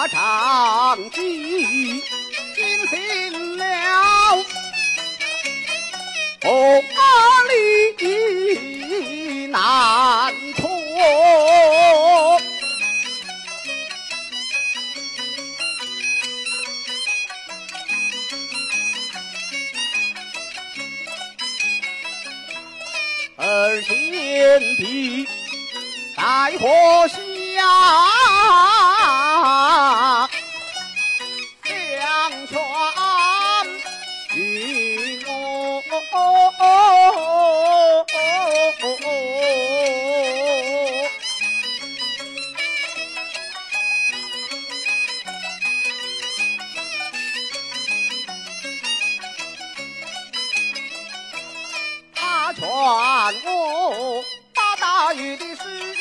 把长计进行了，红里难脱。而贤弟在火下相劝与我，他劝我把大禹的事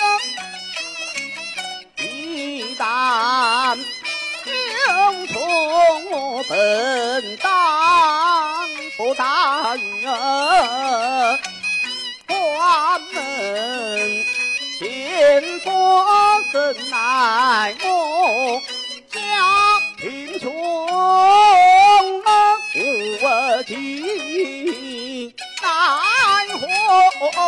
一旦就从我本当不大禹儿，关门前佛怎奈我家贫穷无计奈何。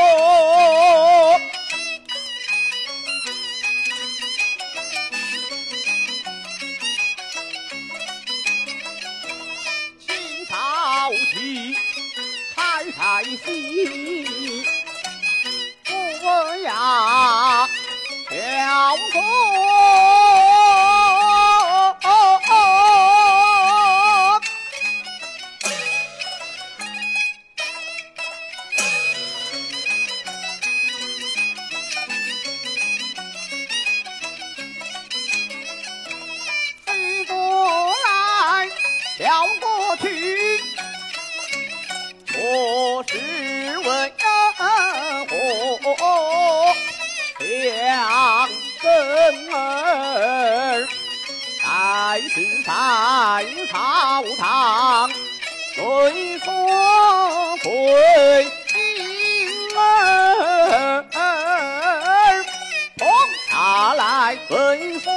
清朝起开戏，我呀跳过。飞过来，跳过去，我是为何两根儿在此在朝堂对说归心儿，捧下来对说